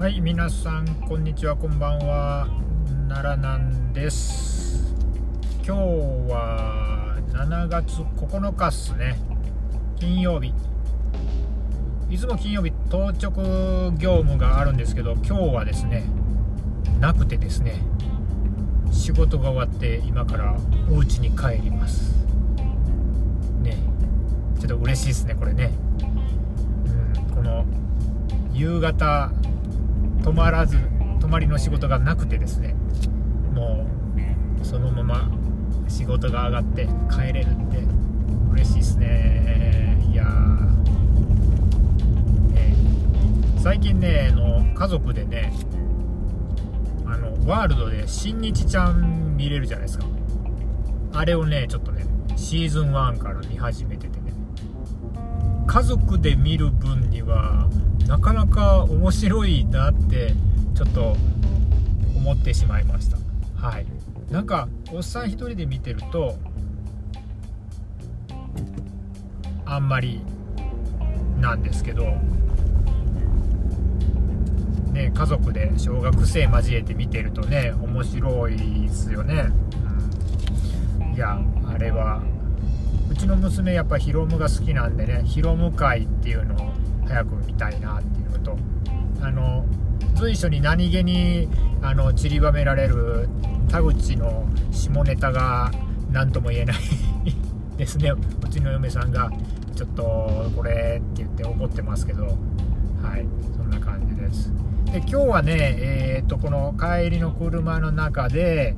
はい、皆さんこんにちは、こんばんは。奈良なんです。今日は7月9日っすね。金曜日。いつも金曜日当直業務があるんですけど、今日はですねなくてですね、仕事が終わって今からお家に帰りますね。ちょっと嬉しいですね、これね。この夕方泊まりの仕事がなくてですね、もうそのまま仕事が上がって帰れるって嬉しいですね。いや最近ね、家族でね、ワールドで新日ちゃん見れるじゃないですか。あれをねちょっとねシーズン1から見始めててね、家族で見る分にはなかなか面白いなってちょっと思ってしまいました。はい、なんかおっさん一人で見てるとあんまりなんですけどね、家族で小学生交えて見てるとね面白いですよね。いや、あれはうちの娘やっぱヒロムが好きなんでね、ヒロム会っていうのを早く見たいなっていうのと、随所に何気に散りばめられる田口の下ネタが何とも言えないですね。うちの嫁さんがちょっとこれって言って怒ってますけど、はい、そんな感じです。で、今日はね、この帰りの車の中で、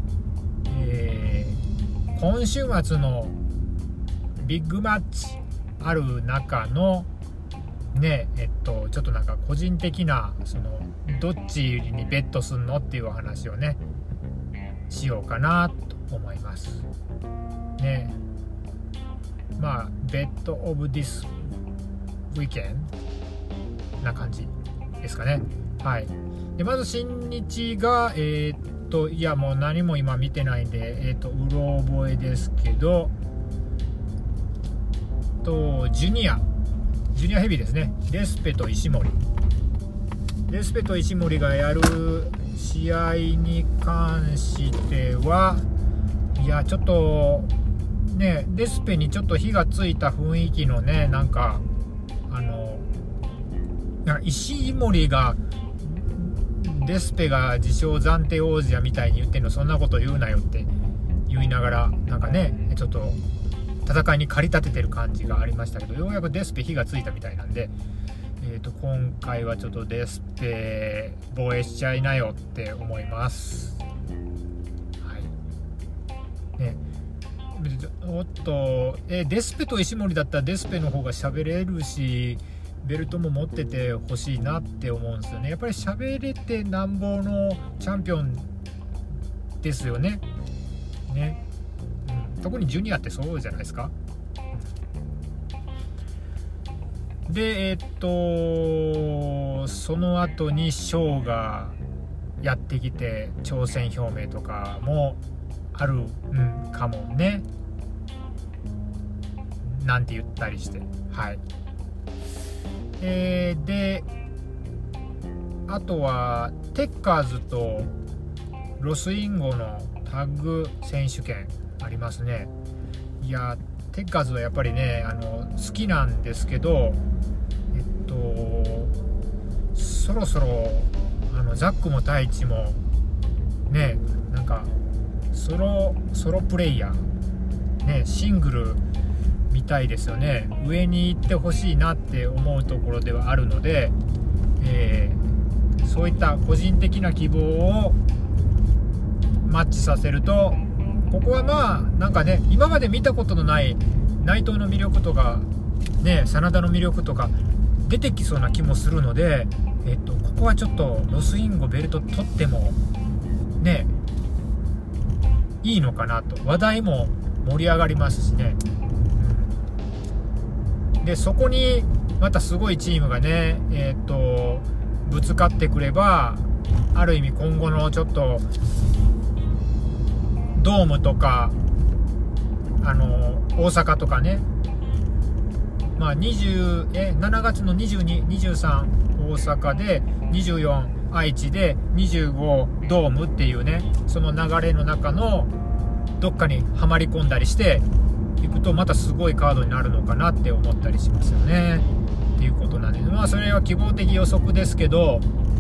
今週末のビッグマッチある中のね、ちょっとなんか個人的などっちにベットすんのっていう話をねしようかなと思いますね。まあベッドオブディスウィーケンな感じですかね。はい。で、まず新日がいやもう何も今見てないんでうろ覚えですけど、ジュニアヘビーですね。デスペと石森がやる試合に関しては、いやちょっとね、デスペにちょっと火がついた雰囲気のね、なんか石森がデスペが自称暫定王者みたいに言ってんの、そんなこと言うなよって言いながら、なんかねちょっと戦いに駆り立ててる感じがありましたけど、ようやくデスペ火がついたみたいなんで、今回はちょっとデスペ防衛しちゃいなよって思います。はいね。おっとデスペと石森だったらデスペの方が喋れるし、ベルトも持っててほしいなって思うんですよね。やっぱり喋れてなんぼのチャンピオンですよね。特にジュニアってそうじゃないですか。でその後にショーがやってきて挑戦表明とかもあるかもねなんて言ったりして、はい。であとはテッカーズとロスインゴのタッグ選手権ありますね。いやテッカーズはやっぱりね好きなんですけど、そろそろザックもタイチもね、なんかソロプレイヤーね、シングルみたいですよね。上に行ってほしいなって思うところではあるので、そういった個人的な希望をマッチさせると、ここはまあなんかね、今まで見たことのない内藤の魅力とかね、真田の魅力とか出てきそうな気もするので、ここはちょっとロスインゴベルト取ってもねいいのかなと、話題も盛り上がりますしね。でそこにまたすごいチームがねぶつかってくれば、ある意味今後のちょっとドームとか大阪とかね、まあ7月の22、23大阪で24 愛知で25ドームっていうね、その流れの中のどっかにはまり込んだりしていくと、またすごいカードになるのかなって思ったりしますよねっていうことなんで、それは希望的予測ですけど、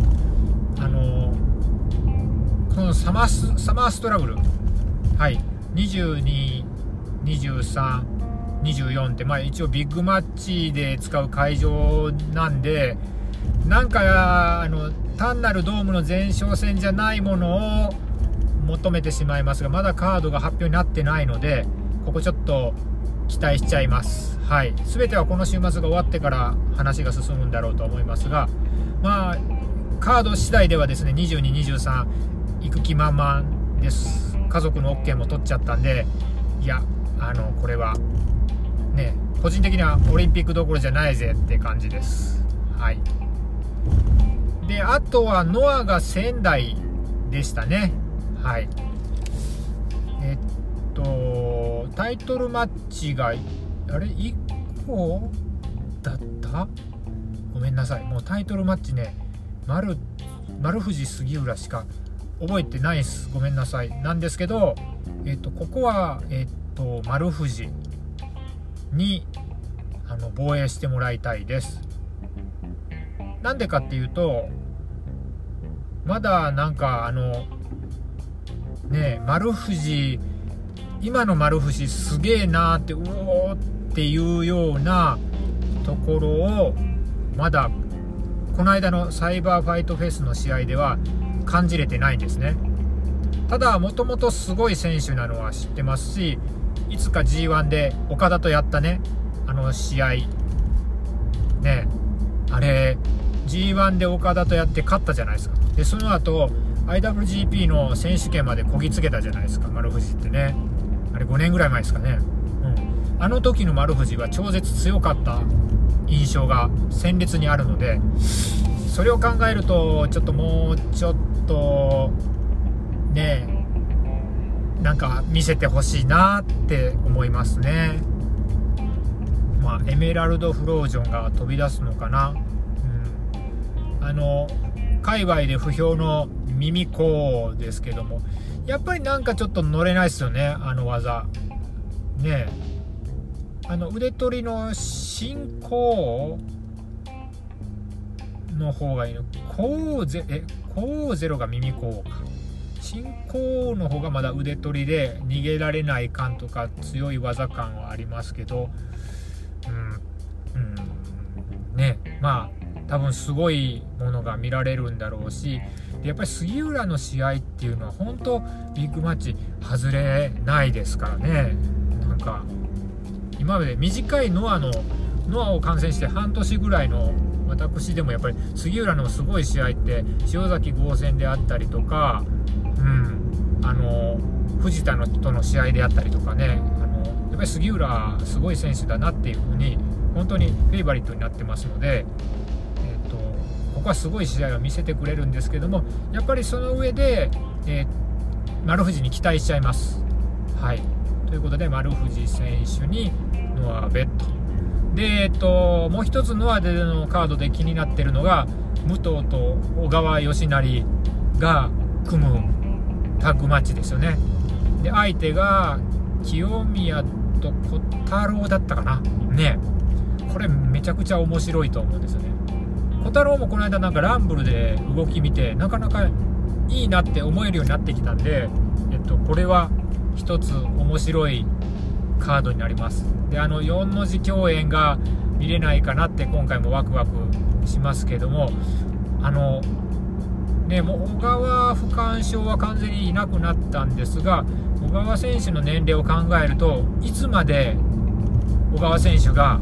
このサマーストラグル、はい、22、23、24って、一応ビッグマッチで使う会場なんで、なんか単なるドームの前哨戦じゃないものを求めてしまいますが、まだカードが発表になってないので、ここちょっと期待しちゃいます。はい、全てはこの週末が終わってから話が進むんだろうと思いますが、カード次第ではですね、22、23行く気満々です。家族の OK も取っちゃったんで、いやこれはね、個人的にはオリンピックどころじゃないぜって感じです。はい。で、あとはノアが仙台でしたね。はい。タイトルマッチが1個だった？ごめんなさい。もうタイトルマッチね、丸藤杉浦しか覚えてないです。ごめんなさい。なんですけど、ここは丸藤に防衛してもらいたいです。なんでかっていうと、まだなんか丸藤、今の丸藤すげえなーって、うおーっていうようなところをまだこの間のサイバーファイトフェスの試合では感じれてないんですね。ただもともとすごい選手なのは知ってますし、いつか G1 で岡田とやったね、試合ね、あれ G1 で岡田とやって勝ったじゃないですか。でその後 IWGP の選手権までこぎつけたじゃないですか、丸藤ってね。あれ5年ぐらい前ですかね。あの時の丸藤は超絶強かった印象が鮮烈にあるので、それを考えるとちょっともうちょっとね、なんか見せてほしいなって思いますね。エメラルドフロージョンが飛び出すのかな。界隈で不評のミミコですけども、やっぱりなんかちょっと乗れないですよね、あの技ね。腕取りの進行の方がいいの。こうゼロが耳こうか。進行の方がまだ腕取りで逃げられない感とか強い技感はありますけど、ね、多分すごいものが見られるんだろうし、やっぱり杉浦の試合っていうのは本当ビッグマッチ外れないですからね。なんか今まで短いノアを観戦して半年ぐらいの私でもやっぱり杉浦のすごい試合って塩崎豪戦であったりとか、藤田との試合であったりとかね、やっぱり杉浦すごい選手だなっていう風に本当にフェイバリットになってますので、ここはすごい試合を見せてくれるんですけども、やっぱりその上で、丸藤に期待しちゃいます。はい、ということで丸藤選手にノアベットで、もう一つノアでのカードで気になってるのが武藤と小川義成が組むタッグマッチですよね。で相手が清宮と小太郎だったかなね。これめちゃくちゃ面白いと思うんですよね。小太郎もこの間なんかランブルで動き見てなかなかいいなって思えるようになってきたんで、これは一つ面白いカードになります。で4の字共演が見れないかなって今回もワクワクしますけども、もう小川不干渉は完全にいなくなったんですが、小川選手の年齢を考えるといつまで小川選手が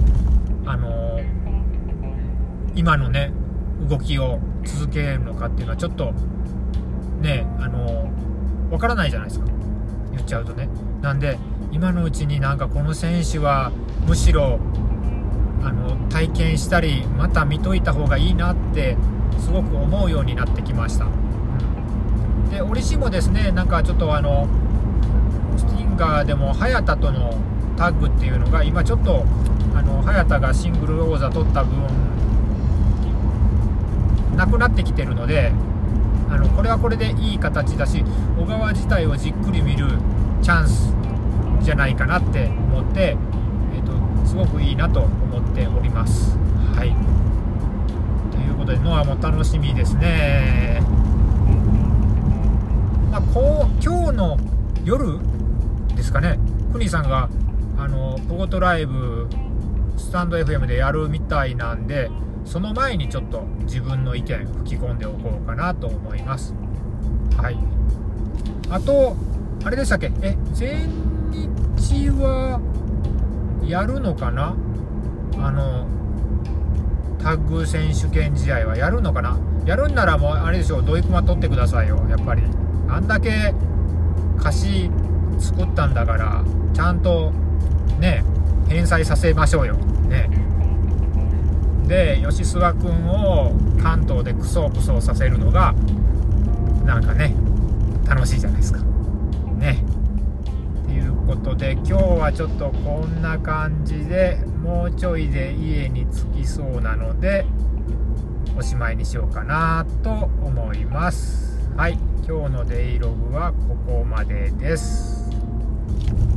今のね動きを続けるのかっていうのはちょっとねわからないじゃないですか、言っちゃうとね。なんで今のうちになんかこの選手はむしろ体験したりまた見といた方がいいなってすごく思うようになってきました。で折しもですね、なんかちょっとスティンガーでも早田とのタッグっていうのが今ちょっと早田がシングル王座取った分なくなってきてるので、これはこれでいい形だし、小川自体をじっくり見るチャンスじゃないかなって思って、すごくいいなと思っております。はい、ということでノアも楽しみですね。今日の夜ですかね、クニさんがポゴトライブスタンド FM でやるみたいなんで、その前にちょっと自分の意見吹き込んでおこうかなと思います。はい。あとあれでしたっけ、全日はやるのかな、タッグ選手権試合はやるのかな。やるんならもうあれでしょう、ドイクマ取ってくださいよ。やっぱりあんだけ貸し作ったんだから、ちゃんとね返済させましょうよね。で吉諏訪君を関東でクソクソさせるのがなんかね楽しいじゃないですかね。ということで今日はちょっとこんな感じで、もうちょいで家に着きそうなのでおしまいにしようかなと思います。はい、今日のデイログはここまでです。